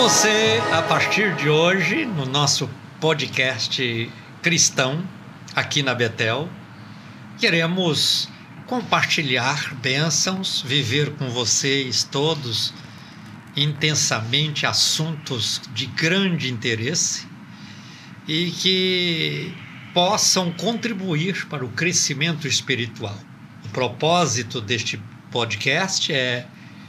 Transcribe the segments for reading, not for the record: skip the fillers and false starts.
você, a partir de hoje, no nosso podcast cristão, aqui na Betel, queremos compartilhar bênçãos, viver com vocês todos intensamente assuntos de grande interesse e que possam contribuir para o crescimento espiritual. O propósito deste podcast é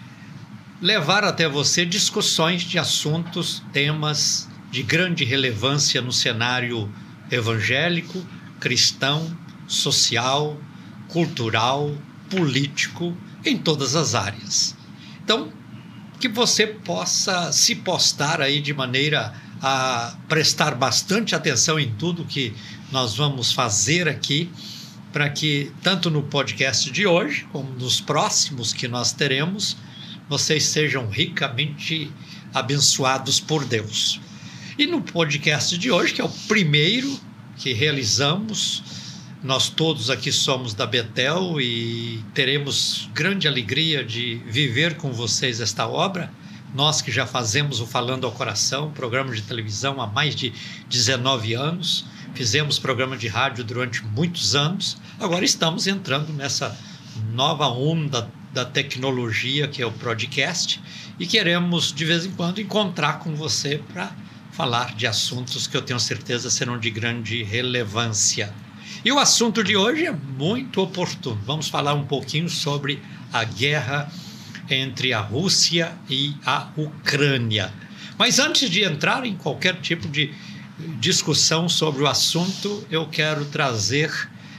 levar até você discussões de assuntos, temas de grande relevância no cenário evangélico, cristão, social, cultural, político, em todas as áreas. Então, que você possa se postar aí de maneira a prestar bastante atenção em tudo que nós vamos fazer aqui, para que, tanto no podcast de hoje, como nos próximos que nós teremos, vocês sejam ricamente abençoados por Deus. E no podcast de hoje, que é o primeiro que realizamos, nós todos aqui somos da Betel e teremos grande alegria de viver com vocês esta obra. Nós que já fazemos o Falando ao Coração, programa de televisão há mais de 19 anos, fizemos programa de rádio durante muitos anos, agora estamos entrando nessa nova onda da tecnologia, que é o podcast, e queremos de vez em quando encontrar com você para falar de assuntos que eu tenho certeza serão de grande relevância. E o assunto de hoje é muito oportuno. Vamos falar um pouquinho sobre a guerra entre a Rússia e a Ucrânia. Mas antes de entrar em qualquer tipo de discussão sobre o assunto, eu quero trazer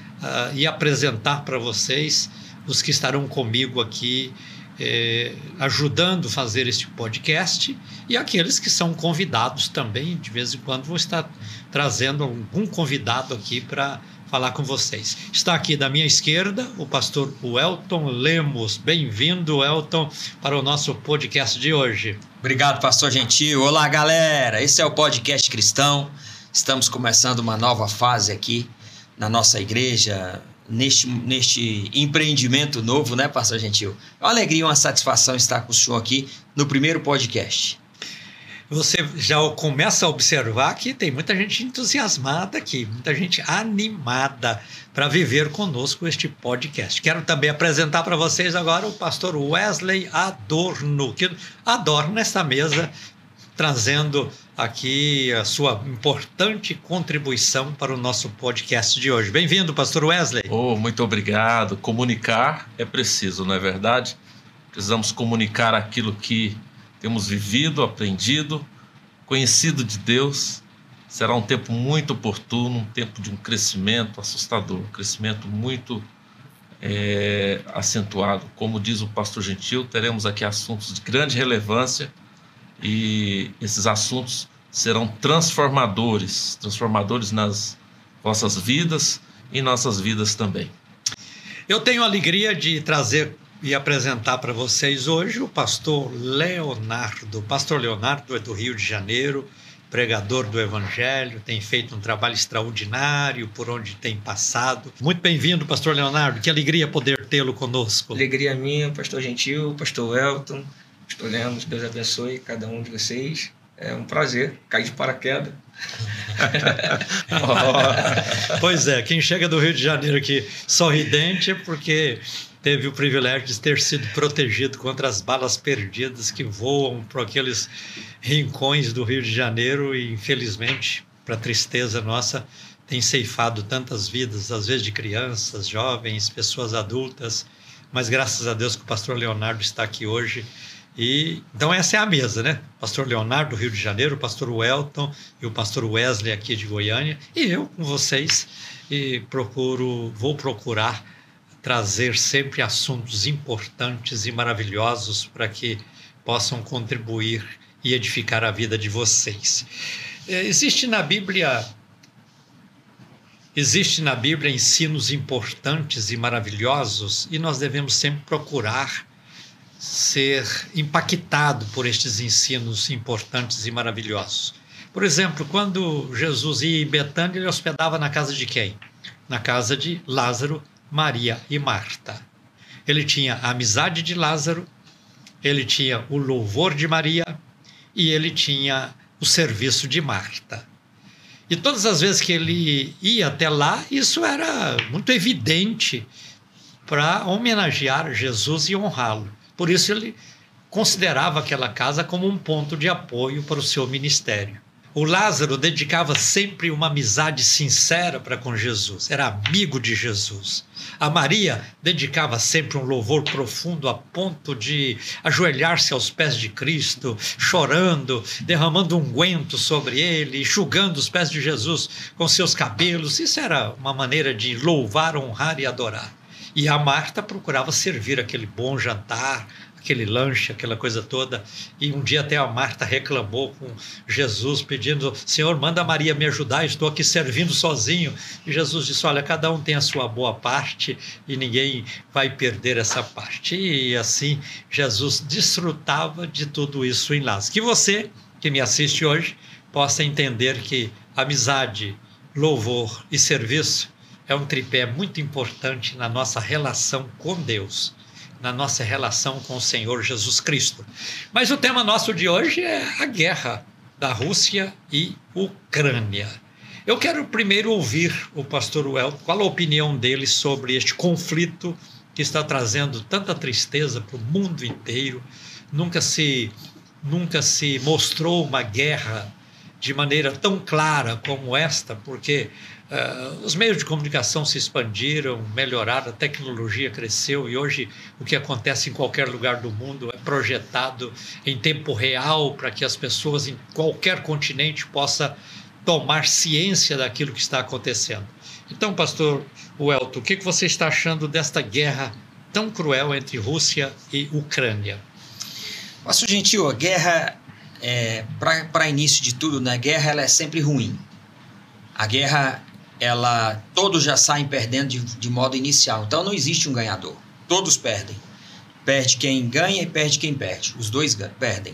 e apresentar para vocês os que estarão comigo aqui ajudando a fazer este podcast e aqueles que são convidados também. De vez em quando vou estar trazendo algum convidado aqui para falar com vocês. Está aqui da minha esquerda o pastor Welton Lemos. Bem-vindo, Welton, para o nosso podcast de hoje. Obrigado, pastor Gentil. Olá, galera. Esse é o podcast cristão. Estamos começando uma nova fase aqui na nossa igreja, neste empreendimento novo, né, pastor Gentil? É uma alegria e uma satisfação estar com o senhor aqui no primeiro podcast. Você já começa a observar que tem muita gente entusiasmada aqui, muita gente animada para viver conosco este podcast. Quero também apresentar para vocês agora o pastor Wesley Adorno, que adorna esta mesa, trazendo aqui a sua importante contribuição para o nosso podcast de hoje. Bem-vindo, pastor Wesley. Muito obrigado. Comunicar é preciso, não é verdade? Precisamos comunicar aquilo que temos vivido, aprendido, conhecido de Deus. Será um tempo muito oportuno, um tempo de um crescimento assustador, um crescimento muito acentuado. Como diz o pastor Gentil, teremos aqui assuntos de grande relevância e esses assuntos serão transformadores nas vossas vidas e nossas vidas também. Eu tenho a alegria de trazer e apresentar para vocês hoje o pastor Leonardo. Pastor Leonardo é do Rio de Janeiro, pregador do Evangelho, tem feito um trabalho extraordinário por onde tem passado. Muito bem-vindo, pastor Leonardo, que alegria poder tê-lo conosco. Alegria minha, pastor Gentil, pastor Welton, pastor Lemos, Deus abençoe cada um de vocês. É um prazer cair de paraquedas. Pois é, quem chega do Rio de Janeiro aqui sorridente é porque teve o privilégio de ter sido protegido contra as balas perdidas que voam por aqueles rincões do Rio de Janeiro e, infelizmente, para tristeza nossa, tem ceifado tantas vidas, às vezes de crianças, jovens, pessoas adultas, mas graças a Deus que o pastor Leonardo está aqui hoje. E então essa é a mesa, né? Pastor Leonardo do Rio de Janeiro, o pastor Welton e o pastor Wesley aqui de Goiânia, e eu com vocês, e vou procurar trazer sempre assuntos importantes e maravilhosos para que possam contribuir e edificar a vida de vocês. Existe na Bíblia ensinos importantes e maravilhosos e nós devemos sempre procurar ser impactado por estes ensinos importantes e maravilhosos. Por exemplo, quando Jesus ia em Betânia, ele hospedava na casa de quem? Na casa de Lázaro, Maria e Marta. Ele tinha a amizade de Lázaro, ele tinha o louvor de Maria e ele tinha o serviço de Marta. E todas as vezes que ele ia até lá, isso era muito evidente para homenagear Jesus e honrá-lo. Por isso ele considerava aquela casa como um ponto de apoio para o seu ministério. O Lázaro dedicava sempre uma amizade sincera para com Jesus, era amigo de Jesus. A Maria dedicava sempre um louvor profundo a ponto de ajoelhar-se aos pés de Cristo, chorando, derramando unguento sobre ele, enxugando os pés de Jesus com seus cabelos. Isso era uma maneira de louvar, honrar e adorar. E a Marta procurava servir aquele bom jantar, aquele lanche, aquela coisa toda. E um dia até a Marta reclamou com Jesus, pedindo: Senhor, manda a Maria me ajudar, estou aqui servindo sozinho. E Jesus disse: olha, cada um tem a sua boa parte e ninguém vai perder essa parte. E assim Jesus desfrutava de tudo isso em Lázaro. Que você, que me assiste hoje, possa entender que amizade, louvor e serviço é um tripé muito importante na nossa relação com Deus, na nossa relação com o Senhor Jesus Cristo. Mas o tema nosso de hoje é a guerra da Rússia e Ucrânia. Eu quero primeiro ouvir o pastor Wellington, qual a opinião dele sobre este conflito que está trazendo tanta tristeza para o mundo inteiro. Nunca se mostrou uma guerra de maneira tão clara como esta, porque os meios de comunicação se expandiram, melhoraram, a tecnologia cresceu e hoje o que acontece em qualquer lugar do mundo é projetado em tempo real para que as pessoas em qualquer continente possam tomar ciência daquilo que está acontecendo. Então, pastor Wellington, o que você está achando desta guerra tão cruel entre Rússia e Ucrânia? Pastor Gentil, a guerra, para início de tudo, né, a guerra ela é sempre ruim. A guerra, todos já saem perdendo de modo inicial. Então não existe um ganhador. Todos perdem. Perde quem ganha e perde quem perde. Os dois perdem.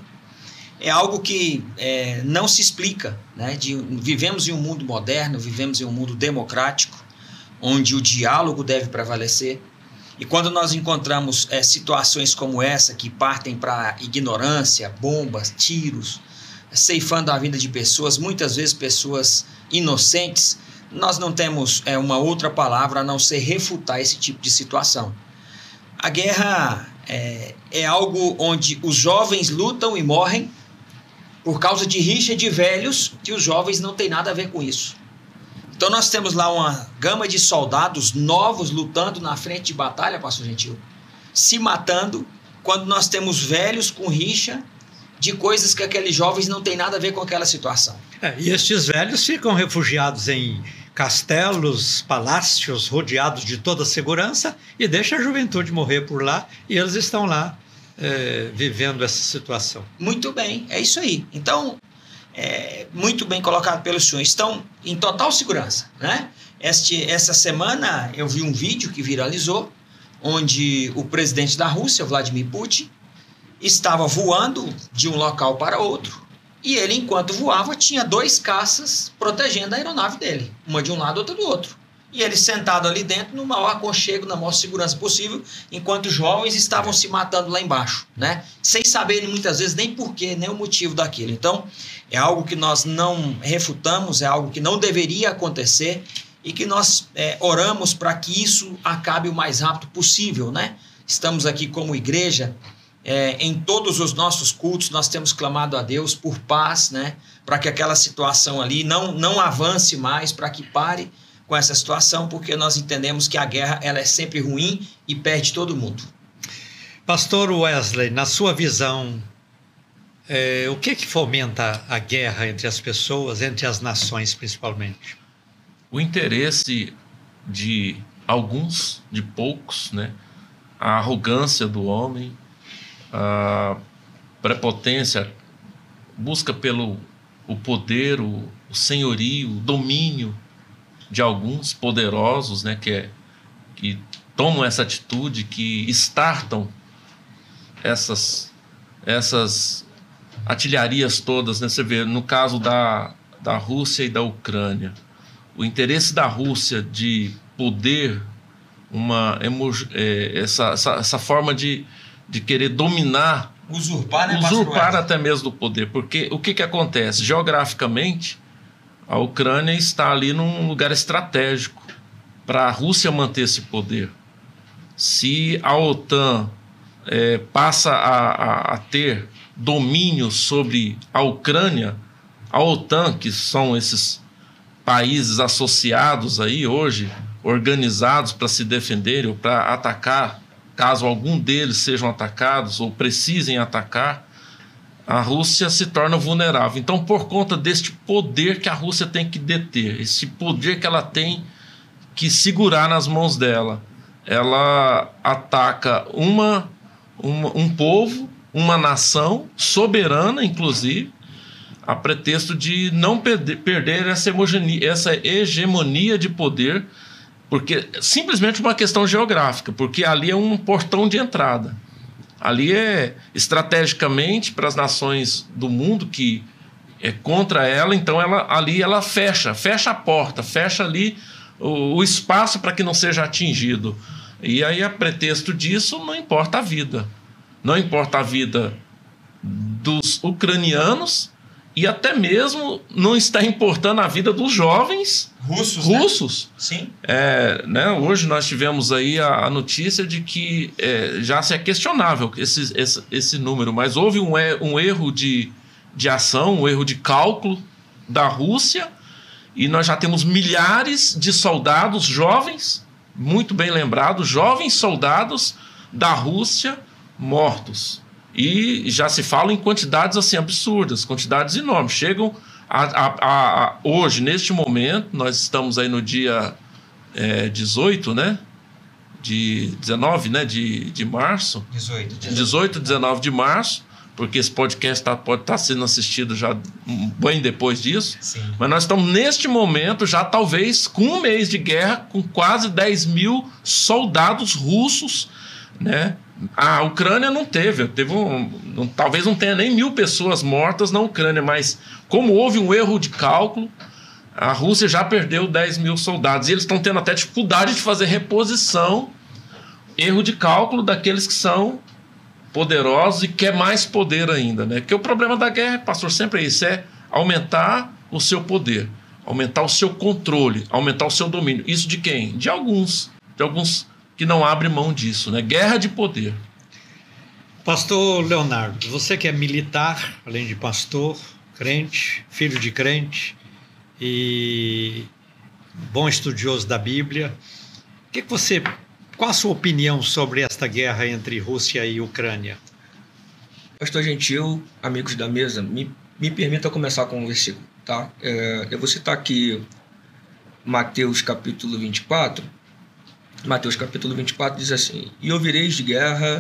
É algo que não se explica, né? Vivemos em um mundo moderno, vivemos em um mundo democrático, onde o diálogo deve prevalecer. E quando nós encontramos situações como essa, que partem para ignorância, bombas, tiros, ceifando a vida de pessoas, muitas vezes pessoas inocentes, nós não temos uma outra palavra a não ser refutar esse tipo de situação. A guerra é algo onde os jovens lutam e morrem por causa de rixa de velhos, que os jovens não têm nada a ver com isso. Então nós temos lá uma gama de soldados novos lutando na frente de batalha, pastor Gentil, se matando, quando nós temos velhos com rixa de coisas que aqueles jovens não têm nada a ver com aquela situação. E estes velhos ficam refugiados em castelos, palácios, rodeados de toda segurança, e deixa a juventude morrer por lá, e eles estão lá vivendo essa situação. Muito bem, é isso aí. Então, muito bem colocado pelo senhor, estão em total segurança, né? Essa semana eu vi um vídeo que viralizou, onde o presidente da Rússia, Vladimir Putin, estava voando de um local para outro, e ele, enquanto voava, tinha 2 caças protegendo a aeronave dele, uma de um lado, outra do outro. E ele sentado ali dentro, no maior aconchego, na maior segurança possível, enquanto os jovens estavam se matando lá embaixo, né? Sem saberem muitas vezes nem porquê, nem o motivo daquilo. Então, é algo que nós não refutamos, é algo que não deveria acontecer e que nós oramos para que isso acabe o mais rápido possível, né? Estamos aqui como igreja, em todos os nossos cultos, nós temos clamado a Deus por paz, né? Para que aquela situação ali não avance mais, para que pare com essa situação, porque nós entendemos que a guerra ela é sempre ruim e perde todo mundo. Pastor Wesley, na sua visão, o que fomenta a guerra entre as pessoas, entre as nações principalmente? O interesse de alguns, de poucos, né? A arrogância do homem, a prepotência, busca pelo o poder, o senhorio, o domínio de alguns poderosos, né, que tomam essa atitude, que startam essas artilharias todas, né? Você vê no caso da Rússia e da Ucrânia, o interesse da Rússia de poder, essa forma de querer dominar Usurpar, né? Usurpar até mesmo do poder. Porque o que acontece? Geograficamente, a Ucrânia está ali num lugar estratégico para a Rússia manter esse poder. Se a OTAN passa a ter domínio sobre a Ucrânia, a OTAN, que são esses países associados aí hoje, organizados para se defenderem ou para atacar, caso algum deles sejam atacados ou precisem atacar, a Rússia se torna vulnerável. Então, por conta deste poder que a Rússia tem que deter, esse poder que ela tem que segurar nas mãos dela, ela ataca um povo, uma nação soberana, inclusive, a pretexto de não perder essa hegemonia de poder, porque simplesmente uma questão geográfica, porque ali é um portão de entrada. Ali é estrategicamente para as nações do mundo que é contra ela, então ali ela fecha a porta, fecha ali o espaço para que não seja atingido. E aí, a pretexto disso, não importa a vida. Não importa a vida dos ucranianos e até mesmo não está importando a vida dos jovens russos. Né? Sim. Hoje nós tivemos aí a notícia de que já se é questionável esse número, mas houve um erro de ação, um erro de cálculo da Rússia, e nós já temos milhares de soldados jovens, muito bem lembrado, jovens soldados da Rússia mortos. E já se fala em quantidades assim absurdas, quantidades enormes. Chegam hoje, neste momento, nós estamos aí no dia 18, né? De 19, né? De março. 18, 19 de março, porque esse podcast pode estar sendo assistido já bem depois disso. Sim. Mas nós estamos neste momento já talvez com um mês de guerra, com quase 10 mil soldados russos, né? A Ucrânia não teve talvez não tenha nem 1.000 pessoas mortas na Ucrânia, mas como houve um erro de cálculo, a Rússia já perdeu 10 mil soldados, e eles estão tendo até dificuldade de fazer reposição, erro de cálculo daqueles que são poderosos e quer mais poder ainda, né? Porque o problema da guerra, pastor, sempre é isso, é aumentar o seu poder, aumentar o seu controle, aumentar o seu domínio. Isso de quem? De alguns que não abrem mão disso, né? Guerra de poder. Pastor Leonardo, você que é militar, além de pastor, crente, filho de crente e bom estudioso da Bíblia, qual a sua opinião sobre esta guerra entre Rússia e Ucrânia? Pastor Gentil, amigos da mesa, me permita começar com um versículo, tá? Eu vou citar aqui Mateus capítulo 24. Mateus capítulo 24 diz assim: E ouvireis de guerra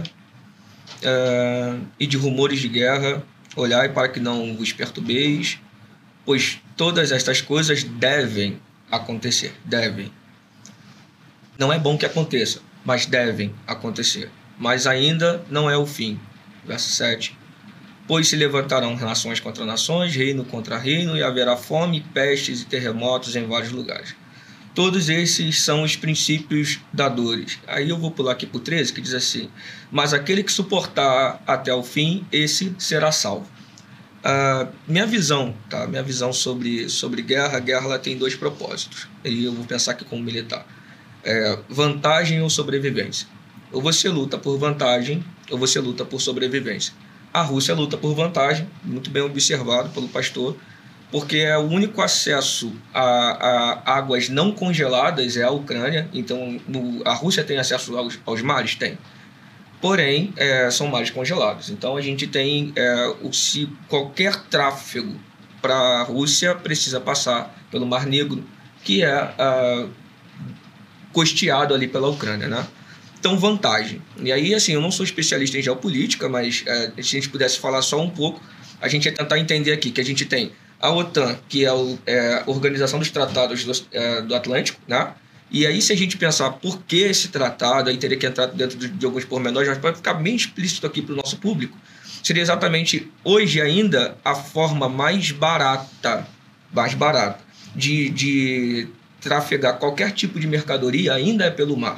e de rumores de guerra, olhai para que não vos perturbeis, pois todas estas coisas devem acontecer. Devem. Não é bom que aconteça, mas devem acontecer. Mas ainda não é o fim. Verso 7. Pois se levantarão nações contra nações, reino contra reino, e haverá fome, pestes e terremotos em vários lugares. Todos esses são os princípios da dores. Aí eu vou pular aqui para o 13, que diz assim: Mas aquele que suportar até o fim, esse será salvo. Minha visão sobre guerra, ela tem dois propósitos. E eu vou pensar aqui como militar. Vantagem ou sobrevivência. Ou você luta por vantagem, ou você luta por sobrevivência. A Rússia luta por vantagem, muito bem observado pelo pastor, porque é o único acesso a águas não congeladas é a Ucrânia. Então, a Rússia tem acesso aos mares? Tem. Porém, são mares congelados. Então, a gente tem... se qualquer tráfego para a Rússia precisa passar pelo Mar Negro, que é costeado ali pela Ucrânia, né? Então, vantagem. E aí, assim, eu não sou especialista em geopolítica, mas se a gente pudesse falar só um pouco, a gente ia tentar entender aqui que a gente tem a OTAN, que é a Organização dos Tratados do Atlântico, né? E aí, se a gente pensar por que esse tratado, aí teria que entrar dentro de alguns pormenores, mas para ficar bem explícito aqui para o nosso público, seria exatamente, hoje ainda, a forma mais barata de trafegar qualquer tipo de mercadoria ainda é pelo mar.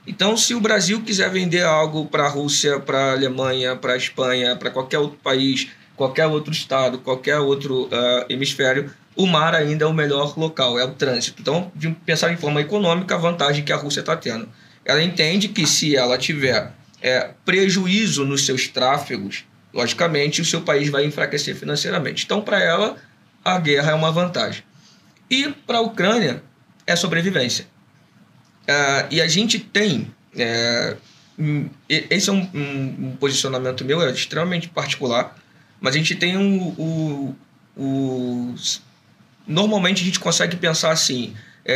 Então, se o Brasil quiser vender algo para a Rússia, para a Alemanha, para a Espanha, para qualquer outro país, qualquer outro estado, qualquer outro hemisfério, o mar ainda é o melhor local, é o trânsito. Então, de pensar em forma econômica, a vantagem que a Rússia está tendo. Ela entende que se ela tiver prejuízo nos seus tráfegos, logicamente o seu país vai enfraquecer financeiramente. Então, para ela, a guerra é uma vantagem. E para a Ucrânia, é sobrevivência. E a gente tem... esse é um posicionamento meu, é extremamente particular, mas a gente tem normalmente a gente consegue pensar assim,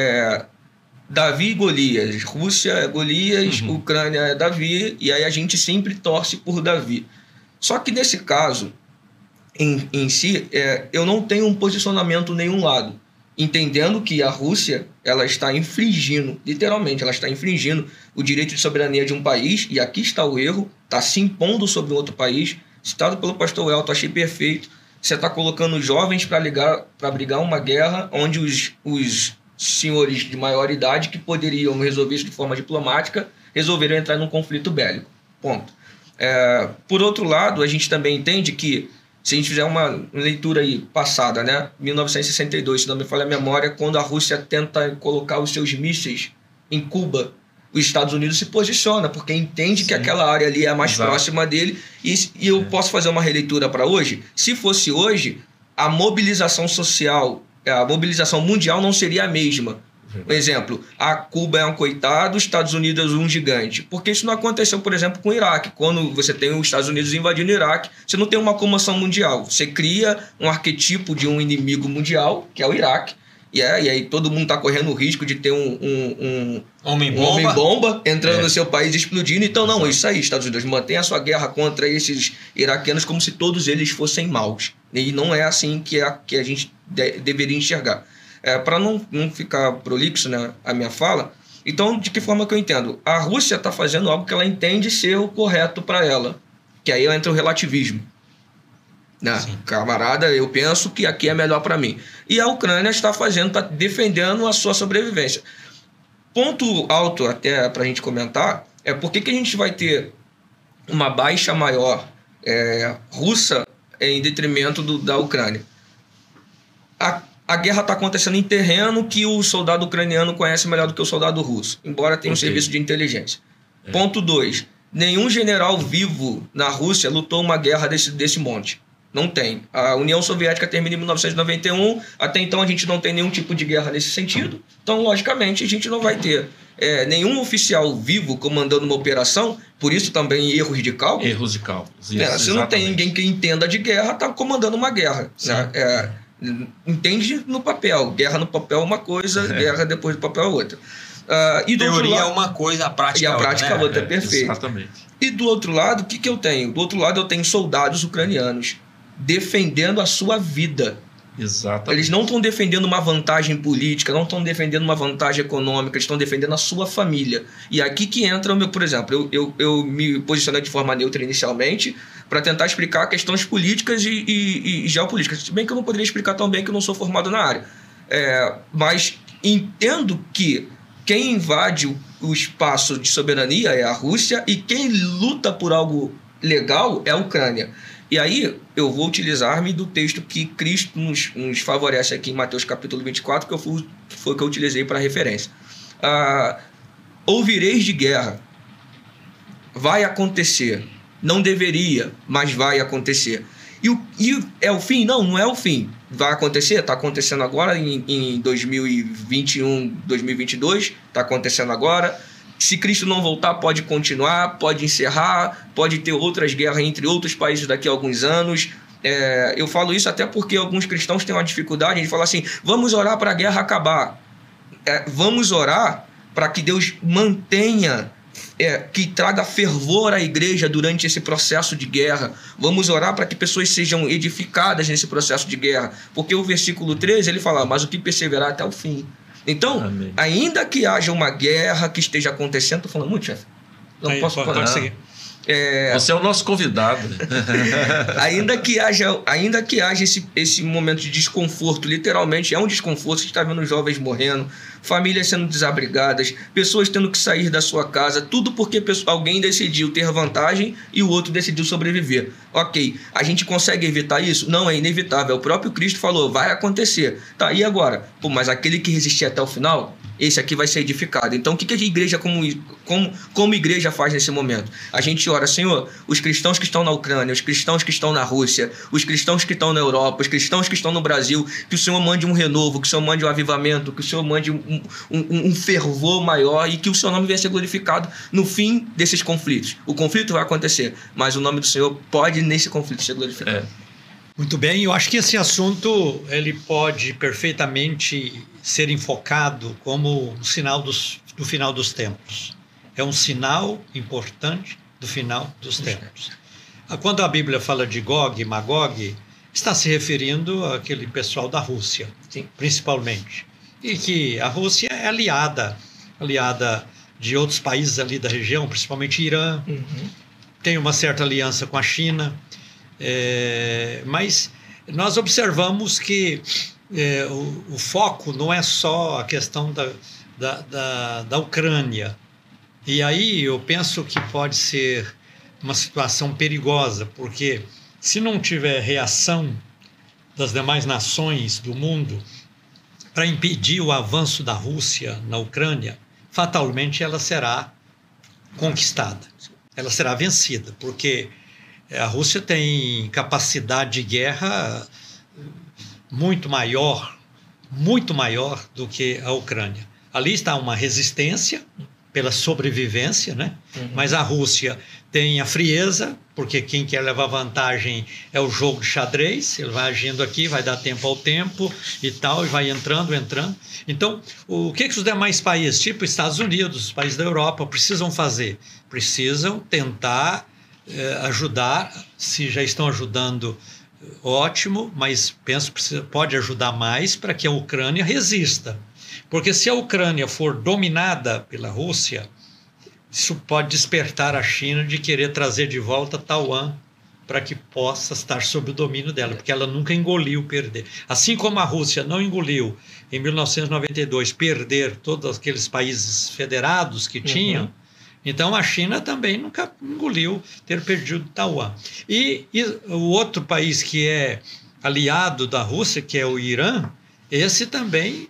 Davi e Golias, Rússia é Golias, Ucrânia é Davi, e aí a gente sempre torce por Davi. Só que nesse caso, em si, eu não tenho um posicionamento nenhum lado, entendendo que a Rússia ela está infringindo, literalmente, ela está infringindo o direito de soberania de um país, e aqui está o erro, está se impondo sobre outro país. Citado pelo pastor Elton, achei perfeito. Você está colocando jovens para brigar uma guerra onde os senhores de maior idade que poderiam resolver isso de forma diplomática resolveram entrar num conflito bélico. Ponto. Por outro lado, a gente também entende que, se a gente fizer uma leitura aí passada, né? 1962, se não me falha a memória, quando a Rússia tenta colocar os seus mísseis em Cuba, os Estados Unidos se posiciona, porque entende que aquela área ali é a mais próxima dele. E eu posso fazer uma releitura para hoje? Se fosse hoje, a mobilização social, a mobilização mundial não seria a mesma. Por exemplo, a Cuba é um coitado, os Estados Unidos um gigante. Porque isso não aconteceu, por exemplo, com o Iraque. Quando você tem os Estados Unidos invadindo o Iraque, você não tem uma comoção mundial. Você cria um arquetipo de um inimigo mundial, que é o Iraque. E aí todo mundo está correndo o risco de ter um homem-bomba entrando no seu país e explodindo. Então, não, isso aí, Estados Unidos, mantém a sua guerra contra esses iraquianos como se todos eles fossem maus. E não é assim que a gente deveria enxergar. Para não ficar prolixo, né, a minha fala, então, de que forma que eu entendo? A Rússia está fazendo algo que ela entende ser o correto para ela, que aí entra o relativismo. Camarada, eu penso que aqui é melhor para mim. E a Ucrânia está defendendo a sua sobrevivência. Ponto alto, até para a gente comentar, por que a gente vai ter uma baixa maior russa em detrimento da Ucrânia. A guerra está acontecendo em terreno que o soldado ucraniano conhece melhor do que o soldado russo, embora tenha um serviço de inteligência. Ponto 2. Nenhum general vivo na Rússia lutou uma guerra desse monte. Não tem. A União Soviética termina em 1991, até então a gente não tem nenhum tipo de guerra nesse sentido. Então, logicamente, a gente não vai ter nenhum oficial vivo comandando uma operação, por isso também erros de cálculo. Erros de cálculo. Se não tem ninguém que entenda de guerra, está comandando uma guerra. Né? Entende no papel. Guerra no papel é uma coisa, guerra depois do papel é outra. E teoria é uma coisa, a prática é outra. E a prática é outra, perfeito. Exatamente. E do outro lado, o que eu tenho? Do outro lado eu tenho soldados ucranianos defendendo a sua vida. Exatamente. Eles não estão defendendo uma vantagem política, não estão defendendo uma vantagem econômica, eles estão defendendo a sua família. E aqui que entra, por exemplo, eu me posicionei de forma neutra inicialmente para tentar explicar questões políticas e geopolíticas. Se bem que eu não poderia explicar tão bem que eu não sou formado na área. Mas entendo que quem invade o espaço de soberania é a Rússia e quem luta por algo legal é a Ucrânia. E aí eu vou utilizar-me do texto que Cristo nos favorece aqui em Mateus capítulo 24, que foi o que eu utilizei para referência. Ouvireis de guerra. Vai acontecer. Não deveria, mas vai acontecer. E é o fim? Não é o fim. Vai acontecer? Está acontecendo agora em 2021, 2022. Está acontecendo agora. Se Cristo não voltar, pode continuar, pode encerrar, pode ter outras guerras entre outros países daqui a alguns anos. Eu falo isso até porque alguns cristãos têm uma dificuldade de falar assim, vamos orar para a guerra acabar. Vamos orar para que Deus mantenha, que traga fervor à igreja durante esse processo de guerra. Vamos orar para que pessoas sejam edificadas nesse processo de guerra. Porque o versículo 13, ele fala, mas o que perseverar até o fim. Então, ainda que haja uma guerra que esteja acontecendo, estou falando muito, chefe. Não posso falar. Pode seguir. Você é o nosso convidado. ainda que haja esse momento de desconforto, literalmente é um desconforto. Você está vendo jovens morrendo, famílias sendo desabrigadas, pessoas tendo que sair da sua casa, tudo porque alguém decidiu ter vantagem e o outro decidiu sobreviver. Ok, a gente consegue evitar isso? Não, é inevitável. O próprio Cristo falou, vai acontecer. Tá, e agora? Pô, mas aquele que resistir até o final, esse aqui vai ser edificado. Então, o que a igreja como igreja faz nesse momento? A gente ora, Senhor, os cristãos que estão na Ucrânia, os cristãos que estão na Rússia, os cristãos que estão na Europa, os cristãos que estão no Brasil, que o Senhor mande um renovo, que o Senhor mande um avivamento, que o Senhor mande um fervor maior e que o seu nome venha ser glorificado no fim desses conflitos. O conflito vai acontecer, mas o nome do Senhor pode nesse conflito ser glorificado. Muito bem, eu acho que esse assunto ele pode perfeitamente ser enfocado como um sinal do final dos tempos. É um sinal importante do final dos tempos. Quando a Bíblia fala de Gog e Magog, está se referindo àquele pessoal da Rússia, Sim. Principalmente. E que a Rússia é aliada de outros países ali da região, principalmente Irã, tem uma certa aliança com a China. Mas nós observamos que o foco não é só a questão da Ucrânia. E aí eu penso que pode ser uma situação perigosa, porque se não tiver reação das demais nações do mundo para impedir o avanço da Rússia na Ucrânia, fatalmente ela será conquistada, ela será vencida, porque a Rússia tem capacidade de guerra muito maior do que a Ucrânia. Ali está uma resistência pela sobrevivência, né? Mas a Rússia tem a frieza, porque quem quer levar vantagem é o jogo de xadrez, ele vai agindo aqui, vai dar tempo ao tempo e tal, e vai entrando. Então, o que os demais países, tipo Estados Unidos, os países da Europa, precisam fazer? Precisam tentar ajudar, se já estão ajudando, ótimo, mas penso que pode ajudar mais para que a Ucrânia resista. Porque se a Ucrânia for dominada pela Rússia, isso pode despertar a China de querer trazer de volta Taiwan para que possa estar sob o domínio dela, porque ela nunca engoliu perder. Assim como a Rússia não engoliu, em 1992, perder todos aqueles países federados que tinham, então a China também nunca engoliu ter perdido Taiwan. E o outro país que é aliado da Rússia, que é o Irã, esse também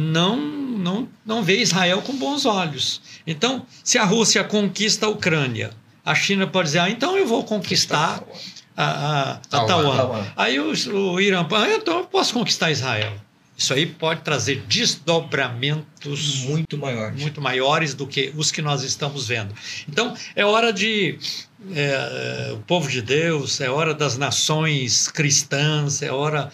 não vê Israel com bons olhos. Então, se a Rússia conquista a Ucrânia, a China pode dizer, então eu vou conquistar a Taiwan. Aí o Irã, então eu posso conquistar Israel. Isso aí pode trazer desdobramentos muito maiores do que os que nós estamos vendo. Então, é hora de o povo de Deus, é hora das nações cristãs, é hora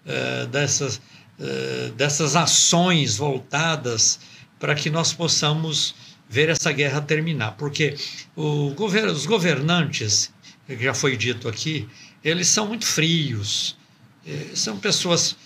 dessas ações voltadas para que nós possamos ver essa guerra terminar. Porque os governantes, que já foi dito aqui, eles são muito frios, são pessoas...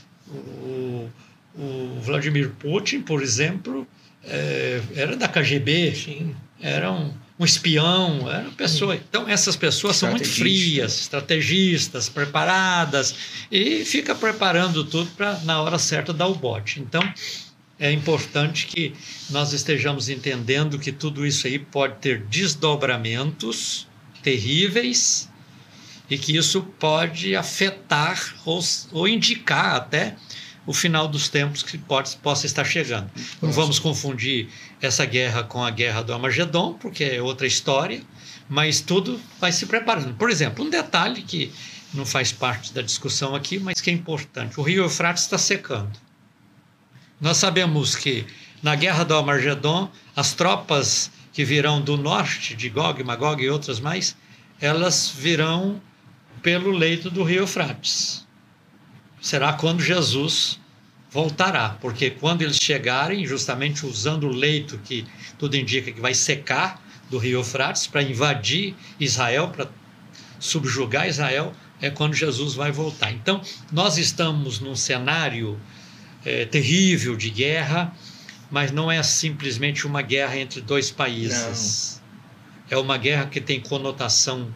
O Vladimir Putin, por exemplo, era da KGB, sim. Era um espião, era uma pessoa. Então, essas pessoas são muito frias, estrategistas, preparadas, e fica preparando tudo para, na hora certa, dar o bote. Então, é importante que nós estejamos entendendo que tudo isso aí pode ter desdobramentos terríveis e que isso pode afetar ou indicar até o final dos tempos que possa estar chegando. Não vamos confundir essa guerra com a guerra do Armagedon, porque é outra história, mas tudo vai se preparando. Por exemplo, um detalhe que não faz parte da discussão aqui, mas que é importante. O rio Eufrates está secando. Nós sabemos que na guerra do Armagedon, as tropas que virão do norte, de Gog, Magog e outras mais, elas virão pelo leito do rio Eufrates. Será quando Jesus voltará, porque quando eles chegarem, justamente usando o leito que tudo indica que vai secar do rio Eufrates, para invadir Israel, para subjugar Israel, é quando Jesus vai voltar. Então, nós estamos num cenário terrível de guerra, mas não é simplesmente uma guerra entre dois países. é uma guerra que tem conotação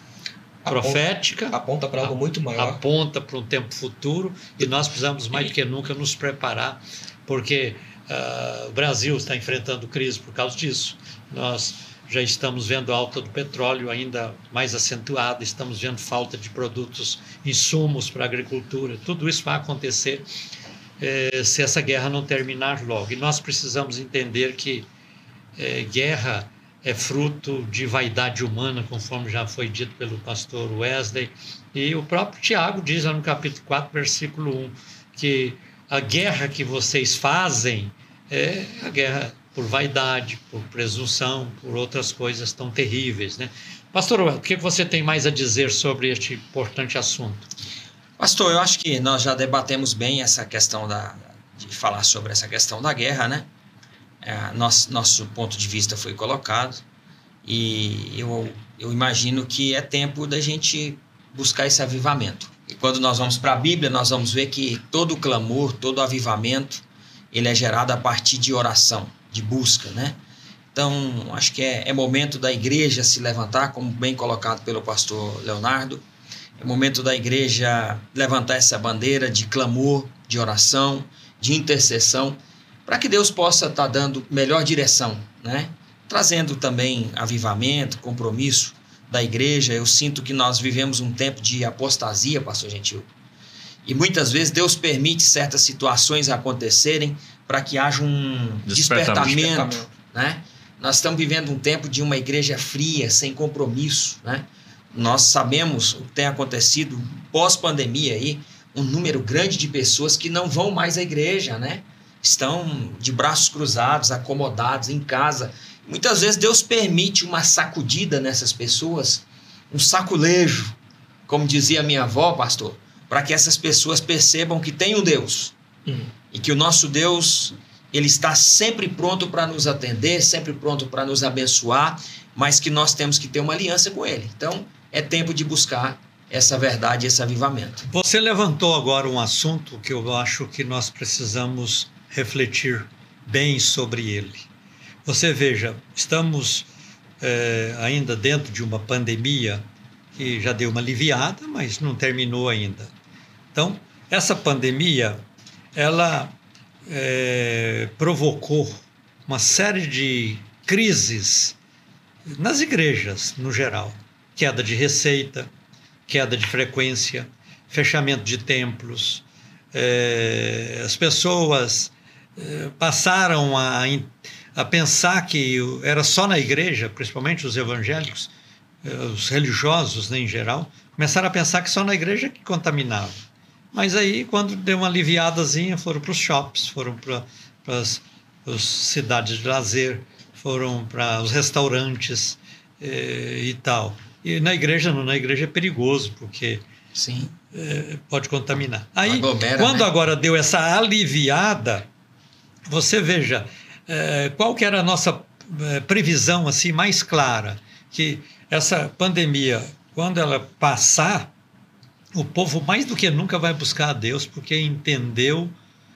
profética, aponta para algo muito maior, aponta para um tempo futuro, e nós precisamos mais do que nunca nos preparar, porque o Brasil está enfrentando crise por causa disso. Nós já estamos vendo a alta do petróleo ainda mais acentuada, estamos vendo falta de produtos, insumos para a agricultura. Tudo isso vai acontecer se essa guerra não terminar logo. E nós precisamos entender que guerra é fruto de vaidade humana, conforme já foi dito pelo pastor Wesley. E o próprio Tiago diz lá no capítulo 4, versículo 1, que a guerra que vocês fazem é a guerra por vaidade, por presunção, por outras coisas tão terríveis, né? Pastor Wesley, o que você tem mais a dizer sobre este importante assunto? Pastor, eu acho que nós já debatemos bem essa questão de falar sobre essa questão da guerra, né? Nosso ponto de vista foi colocado, e eu imagino que é tempo da gente buscar esse avivamento. E quando nós vamos para a Bíblia, nós vamos ver que todo clamor, todo avivamento, ele é gerado a partir de oração, de busca, né? Então, acho que é momento da igreja se levantar, como bem colocado pelo pastor Leonardo. É momento da igreja levantar essa bandeira de clamor, de oração, de intercessão, para que Deus possa estar dando melhor direção, né? Trazendo também avivamento, compromisso da igreja. Eu sinto que nós vivemos um tempo de apostasia, pastor Gentil, e muitas vezes Deus permite certas situações acontecerem para que haja um despertamento, né? Nós estamos vivendo um tempo de uma igreja fria, sem compromisso, né? Nós sabemos o que tem acontecido pós-pandemia aí, um número grande de pessoas que não vão mais à igreja, né? Estão de braços cruzados, acomodados em casa. Muitas vezes Deus permite uma sacudida nessas pessoas, um saculejo, como dizia minha avó, pastor, para que essas pessoas percebam que tem um Deus. E que o nosso Deus, ele está sempre pronto para nos atender, sempre pronto para nos abençoar, mas que nós temos que ter uma aliança com ele. Então, é tempo de buscar essa verdade, esse avivamento. Você levantou agora um assunto que eu acho que nós precisamos refletir bem sobre ele. Você veja, estamos ainda dentro de uma pandemia que já deu uma aliviada, mas não terminou ainda. Então, essa pandemia, ela provocou uma série de crises nas igrejas, no geral. Queda de receita, queda de frequência, fechamento de templos. As pessoas passaram a pensar que era só na igreja, principalmente os evangélicos, os religiosos, né, em geral, começaram a pensar que só na igreja que contaminava. Mas aí, quando deu uma aliviadazinha, foram para os shops, foram para as cidades de lazer, foram para os restaurantes e tal. E na igreja não, na igreja é perigoso, porque sim, pode contaminar. Aí, aglomera, quando né? agora deu essa aliviada, você veja, qual que era a nossa previsão assim, mais clara, que essa pandemia, quando ela passar, o povo mais do que nunca vai buscar a Deus, porque entendeu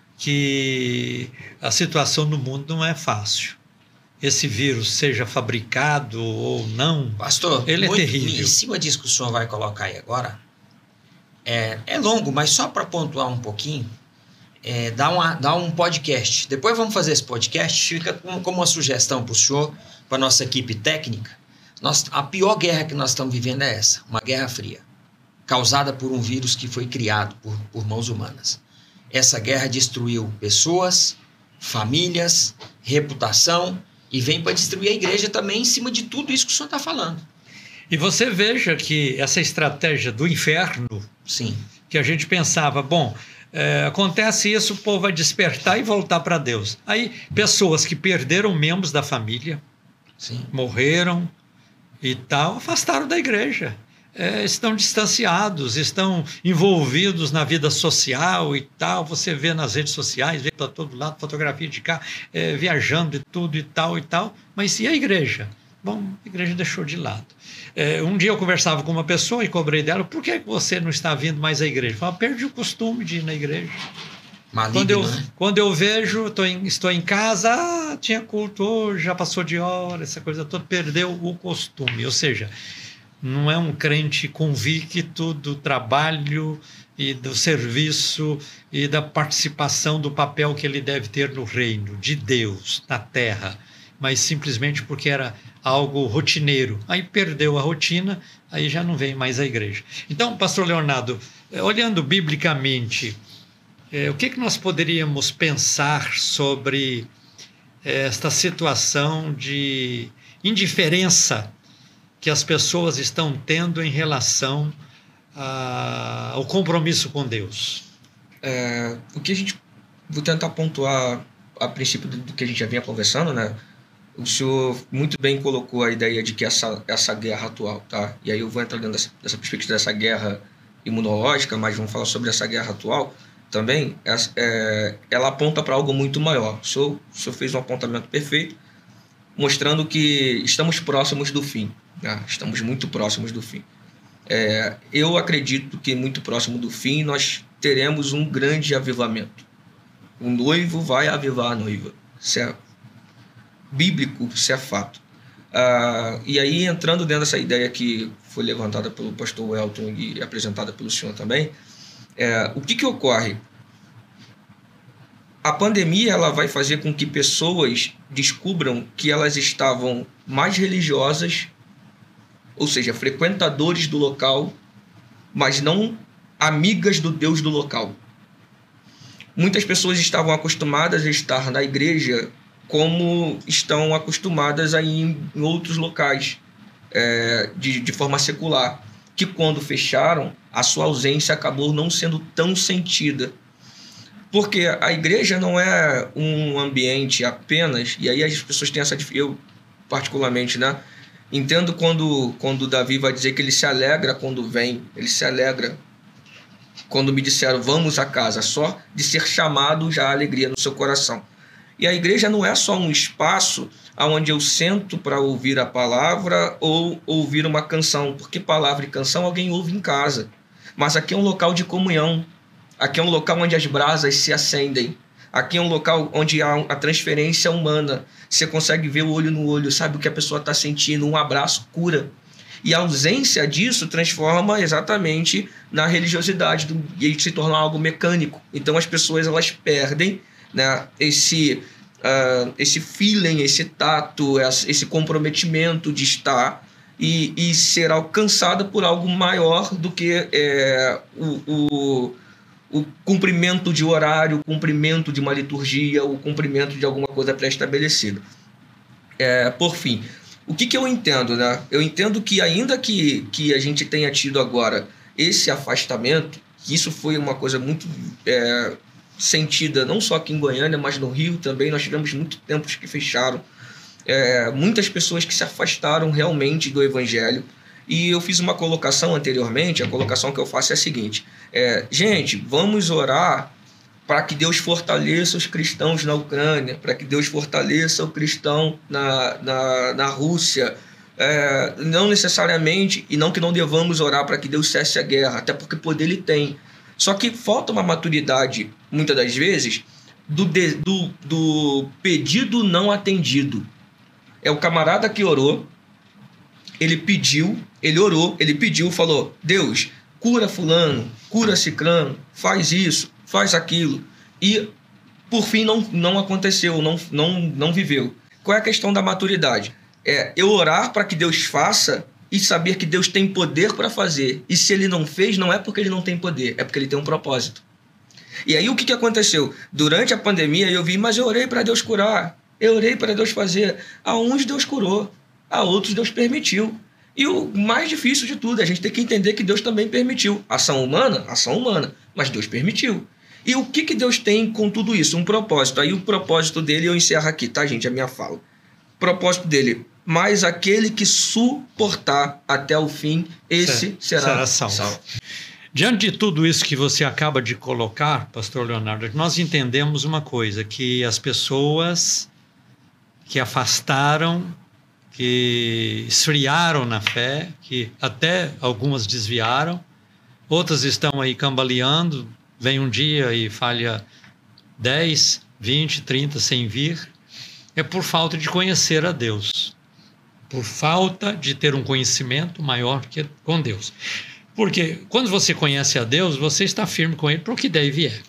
que a situação no mundo não é fácil. Esse vírus, seja fabricado ou não, pastor, ele é terrível. Em cima disso que o senhor vai colocar aí agora, é longo, mas só para pontuar um pouquinho, dá um podcast. Depois vamos fazer esse podcast, fica como uma sugestão para o senhor, para a nossa equipe técnica. A pior guerra que nós estamos vivendo é essa, uma guerra fria, causada por um vírus que foi criado por mãos humanas. Essa guerra destruiu pessoas, famílias, reputação, e vem para destruir a igreja também em cima de tudo isso que o senhor está falando. E você veja que essa estratégia do inferno, sim, que a gente pensava, bom, acontece isso, o povo vai despertar e voltar para Deus. Aí, pessoas que perderam membros da família, sim, morreram e tal, afastaram da igreja. Estão distanciados, estão envolvidos na vida social e tal. Você vê nas redes sociais, vê para todo lado, fotografia de cá, viajando e tudo e tal, mas e a igreja? Bom, a igreja deixou de lado. Um dia eu conversava com uma pessoa e cobrei dela, por que você não está vindo mais à igreja? Eu falei, perdi o costume de ir na igreja. Maligno, né? Quando eu vejo, estou em casa, tinha culto hoje, já passou de hora, essa coisa toda, perdeu o costume. Ou seja, não é um crente convicto do trabalho e do serviço e da participação do papel que ele deve ter no reino de Deus, na terra, mas simplesmente porque era algo rotineiro. Aí perdeu a rotina, aí já não vem mais à igreja. Então, pastor Leonardo, olhando biblicamente, o que nós poderíamos pensar sobre esta situação de indiferença que as pessoas estão tendo em relação ao compromisso com Deus? O que vou tentar pontuar a princípio do que a gente já vinha conversando, né? O senhor muito bem colocou a ideia de que essa guerra atual, tá? E aí eu vou entrar dentro dessa perspectiva dessa guerra imunológica, mas vamos falar sobre essa guerra atual também. Ela aponta para algo muito maior. O senhor fez um apontamento perfeito, mostrando que estamos próximos do fim, né? Estamos muito próximos do fim. Eu acredito que muito próximo do fim nós teremos um grande avivamento. O noivo vai avivar a noiva. Isso é bíblico, isso é fato. E aí, entrando dentro dessa ideia que foi levantada pelo pastor Welton e apresentada pelo senhor também, o que ocorre? A pandemia ela vai fazer com que pessoas descubram que elas estavam mais religiosas, ou seja, frequentadores do local, mas não amigas do Deus do local. Muitas pessoas estavam acostumadas a estar na igreja como estão acostumadas a ir em outros locais, de forma secular, que quando fecharam, a sua ausência acabou não sendo tão sentida. Porque a igreja não é um ambiente apenas, e aí as pessoas têm essa... Eu, particularmente, né, entendo quando Davi vai dizer que ele se alegra quando vem, ele se alegra quando me disseram vamos a casa, só de ser chamado já há alegria no seu coração. E a igreja não é só um espaço onde eu sento para ouvir a palavra ou ouvir uma canção, porque palavra e canção alguém ouve em casa. Mas aqui é um local de comunhão, aqui é um local onde as brasas se acendem, aqui é um local onde há a transferência humana. Você consegue ver o olho no olho, sabe o que a pessoa está sentindo, um abraço cura. E a ausência disso transforma exatamente na religiosidade e se torna algo mecânico. Então as pessoas elas perdem, né, esse feeling, esse tato, esse comprometimento de estar e ser alcançada por algo maior do que o cumprimento de horário, o cumprimento de uma liturgia, o cumprimento de alguma coisa pré-estabelecida. Por fim, o que eu entendo, né? Eu entendo que ainda que a gente tenha tido agora esse afastamento, que isso foi uma coisa muito sentida, não só aqui em Goiânia, mas no Rio também, nós tivemos muitos templos que fecharam, muitas pessoas que se afastaram realmente do Evangelho. E eu fiz uma colocação anteriormente, a colocação que eu faço é a seguinte: gente, vamos orar para que Deus fortaleça os cristãos na Ucrânia, para que Deus fortaleça o cristão na Rússia. Não necessariamente, e não que não devamos orar para que Deus cesse a guerra, até porque poder ele tem. Só que falta uma maturidade, muitas das vezes, do pedido não atendido. É o camarada que orou, ele pediu, ele orou, ele pediu, falou: Deus, cura fulano, cura ciclano, faz isso, faz aquilo. E, por fim, não aconteceu, não viveu. Qual é a questão da maturidade? Eu orar para que Deus faça e saber que Deus tem poder para fazer. E se ele não fez, não é porque ele não tem poder, é porque ele tem um propósito. E aí o que aconteceu? Durante a pandemia eu vi, mas eu orei para Deus curar, eu orei para Deus fazer. A uns Deus curou, a outros Deus permitiu. E o mais difícil de tudo, a gente tem que entender que Deus também permitiu. Ação humana, mas Deus permitiu. E o que Deus tem com tudo isso? Um propósito. Aí o propósito dele, eu encerro aqui, tá, gente? A minha fala. O propósito dele: mas aquele que suportar até o fim, esse será salvo. Diante de tudo isso que você acaba de colocar, pastor Leonardo, nós entendemos uma coisa, que as pessoas que afastaram, que esfriaram na fé, que até algumas desviaram, outras estão aí cambaleando, vem um dia e falha 10, 20, 30 sem vir, é por falta de conhecer a Deus, por falta de ter um conhecimento maior que com Deus. Porque quando você conhece a Deus, você está firme com Ele para o que der e vier.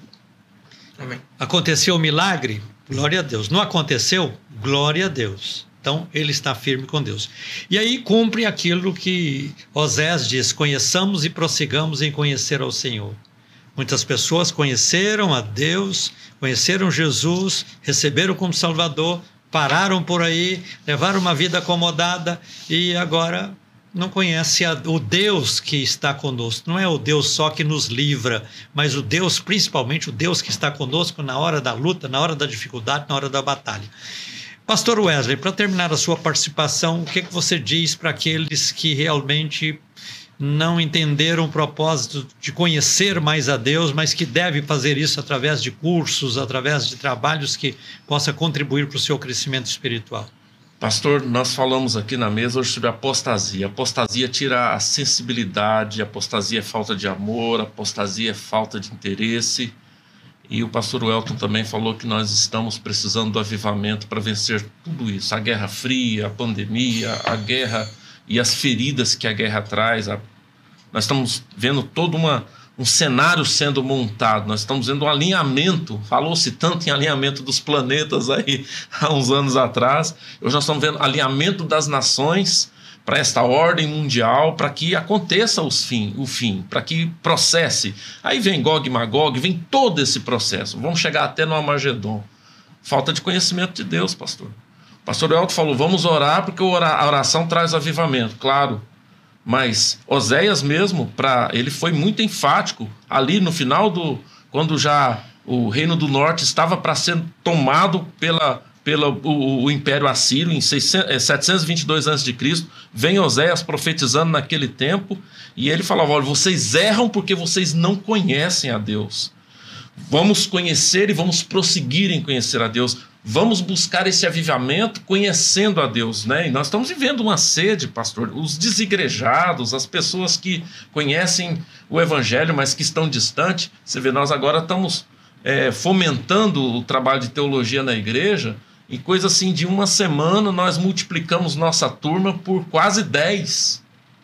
Amém. Aconteceu o milagre? Glória a Deus. Não aconteceu? Glória a Deus. Então, ele está firme com Deus. E aí cumpre aquilo que Osés diz: conheçamos e prossigamos em conhecer ao Senhor. Muitas pessoas conheceram a Deus, conheceram Jesus, receberam como Salvador, pararam por aí, levaram uma vida acomodada e agora não conhece o Deus que está conosco. Não é o Deus só que nos livra, mas o Deus, principalmente o Deus que está conosco na hora da luta, na hora da dificuldade, na hora da batalha. Pastor Wesley, para terminar a sua participação, o que você diz para aqueles que realmente não entenderam o propósito de conhecer mais a Deus, mas que deve fazer isso através de cursos, através de trabalhos que possa contribuir para o seu crescimento espiritual? Pastor, nós falamos aqui na mesa hoje sobre apostasia. Apostasia tira a sensibilidade, apostasia é falta de amor, apostasia é falta de interesse. E o pastor Welton também falou que nós estamos precisando do avivamento para vencer tudo isso. A guerra fria, a pandemia, a guerra e as feridas que a guerra traz. Nós estamos vendo todo um cenário sendo montado. Nós estamos vendo um alinhamento. Falou-se tanto em alinhamento dos planetas aí há uns anos atrás. Hoje nós estamos vendo alinhamento das nações para esta ordem mundial, para que aconteça o fim, para que processe. Aí vem Gog e Magog, vem todo esse processo. Vamos chegar até no Armagedon. Falta de conhecimento de Deus, pastor. O pastor Elton falou, vamos orar, porque a oração traz avivamento, claro. Mas Oséias mesmo, ele foi muito enfático ali no final quando já o reino do norte estava para ser tomado pelo Império Assírio, em 722 a.C., vem Oséias profetizando naquele tempo, e ele falava, olha, vocês erram porque vocês não conhecem a Deus. Vamos conhecer e vamos prosseguir em conhecer a Deus. Vamos buscar esse avivamento conhecendo a Deus, né? E nós estamos vivendo uma sede, pastor. Os desigrejados, as pessoas que conhecem o Evangelho, mas que estão distantes. Você vê, nós agora estamos fomentando o trabalho de teologia na igreja. Em coisa assim de uma semana, nós multiplicamos nossa turma por quase 10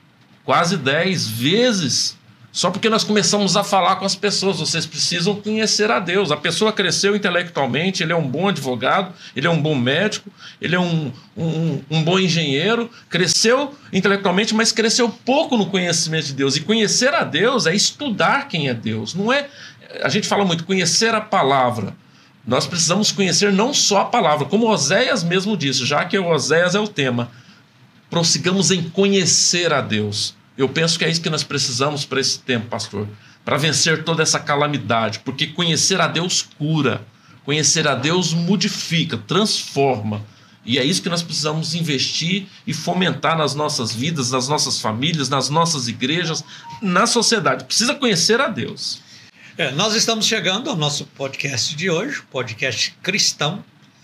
vezes. Só porque nós começamos a falar com as pessoas, vocês precisam conhecer a Deus. A pessoa cresceu intelectualmente, ele é um bom advogado, ele é um bom médico, ele é um bom engenheiro, cresceu intelectualmente, mas cresceu pouco no conhecimento de Deus. E conhecer a Deus é estudar quem é Deus. Não é, a gente fala muito, conhecer a palavra. Nós precisamos conhecer não só a palavra, como Oséias mesmo disse, já que o Oséias é o tema. Prossigamos em conhecer a Deus. Eu penso que é isso que nós precisamos para esse tempo, pastor, para vencer toda essa calamidade, porque conhecer a Deus cura, conhecer a Deus modifica, transforma, e é isso que nós precisamos investir e fomentar nas nossas vidas, nas nossas famílias, nas nossas igrejas, na sociedade. Precisa conhecer a Deus. Nós estamos chegando ao nosso podcast de hoje, podcast cristão,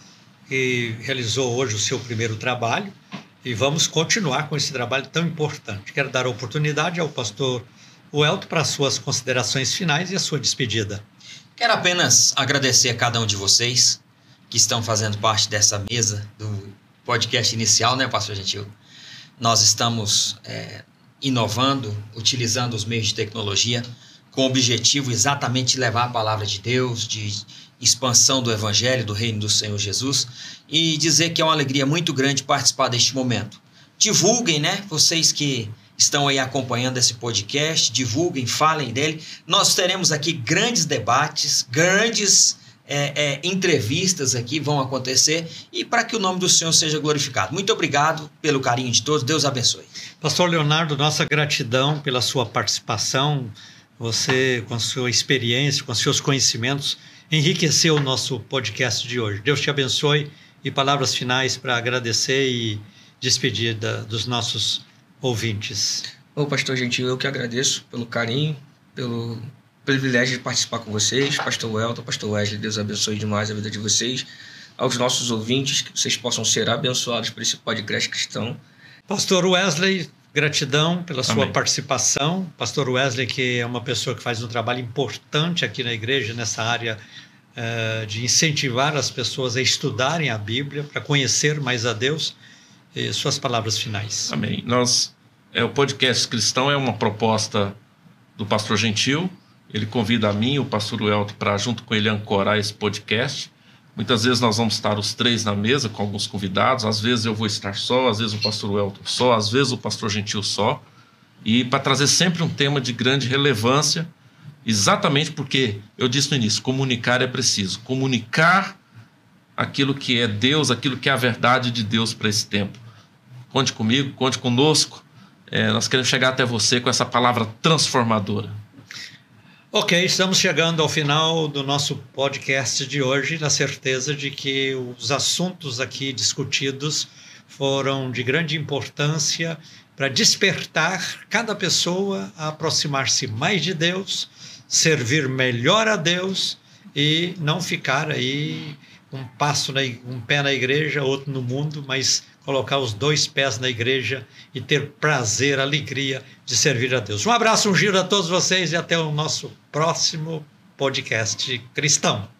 que realizou hoje o seu primeiro trabalho. E vamos continuar com esse trabalho tão importante. Quero dar a oportunidade ao pastor Welton para as suas considerações finais e a sua despedida. Quero apenas agradecer a cada um de vocês que estão fazendo parte dessa mesa do podcast inicial, né, pastor Gentil? Nós estamos inovando, utilizando os meios de tecnologia com o objetivo exatamente de levar a palavra de Deus, de expansão do Evangelho, do Reino do Senhor Jesus, e dizer que é uma alegria muito grande participar deste momento. Divulguem, né? Vocês que estão aí acompanhando esse podcast, divulguem, falem dele. Nós teremos aqui grandes debates, grandes entrevistas aqui vão acontecer, e para que o nome do Senhor seja glorificado. Muito obrigado pelo carinho de todos, Deus abençoe. Pastor Leonardo, nossa gratidão pela sua participação, você com a sua experiência, com os seus conhecimentos, enriqueceu o nosso podcast de hoje. Deus te abençoe, e palavras finais para agradecer e despedir dos nossos ouvintes. Ô, pastor Gentil, eu que agradeço pelo carinho, pelo privilégio de participar com vocês. Pastor Welton, pastor Wesley, Deus abençoe demais a vida de vocês. Aos nossos ouvintes, que vocês possam ser abençoados por esse podcast cristão. Pastor Wesley, gratidão pela sua participação. Pastor Wesley, que é uma pessoa que faz um trabalho importante aqui na igreja, nessa área de incentivar as pessoas a estudarem a Bíblia, para conhecer mais a Deus. E suas palavras finais. Amém. O podcast cristão é uma proposta do pastor Gentil. Ele convida a mim, o pastor Welton, para junto com ele ancorar esse podcast. Muitas vezes nós vamos estar os três na mesa com alguns convidados. Às vezes eu vou estar só, às vezes o pastor Welton só, às vezes o pastor Gentil só. E para trazer sempre um tema de grande relevância, exatamente porque eu disse no início, comunicar é preciso. Comunicar aquilo que é Deus, aquilo que é a verdade de Deus para esse tempo. Conte comigo, conte conosco. Nós queremos chegar até você com essa palavra transformadora. Ok, estamos chegando ao final do nosso podcast de hoje, na certeza de que os assuntos aqui discutidos foram de grande importância para despertar cada pessoa a aproximar-se mais de Deus, servir melhor a Deus e não ficar aí um pé na igreja, outro no mundo, mas colocar os 2 pés na igreja e ter prazer, alegria de servir a Deus. Um abraço, um giro a todos vocês e até o nosso próximo podcast cristão.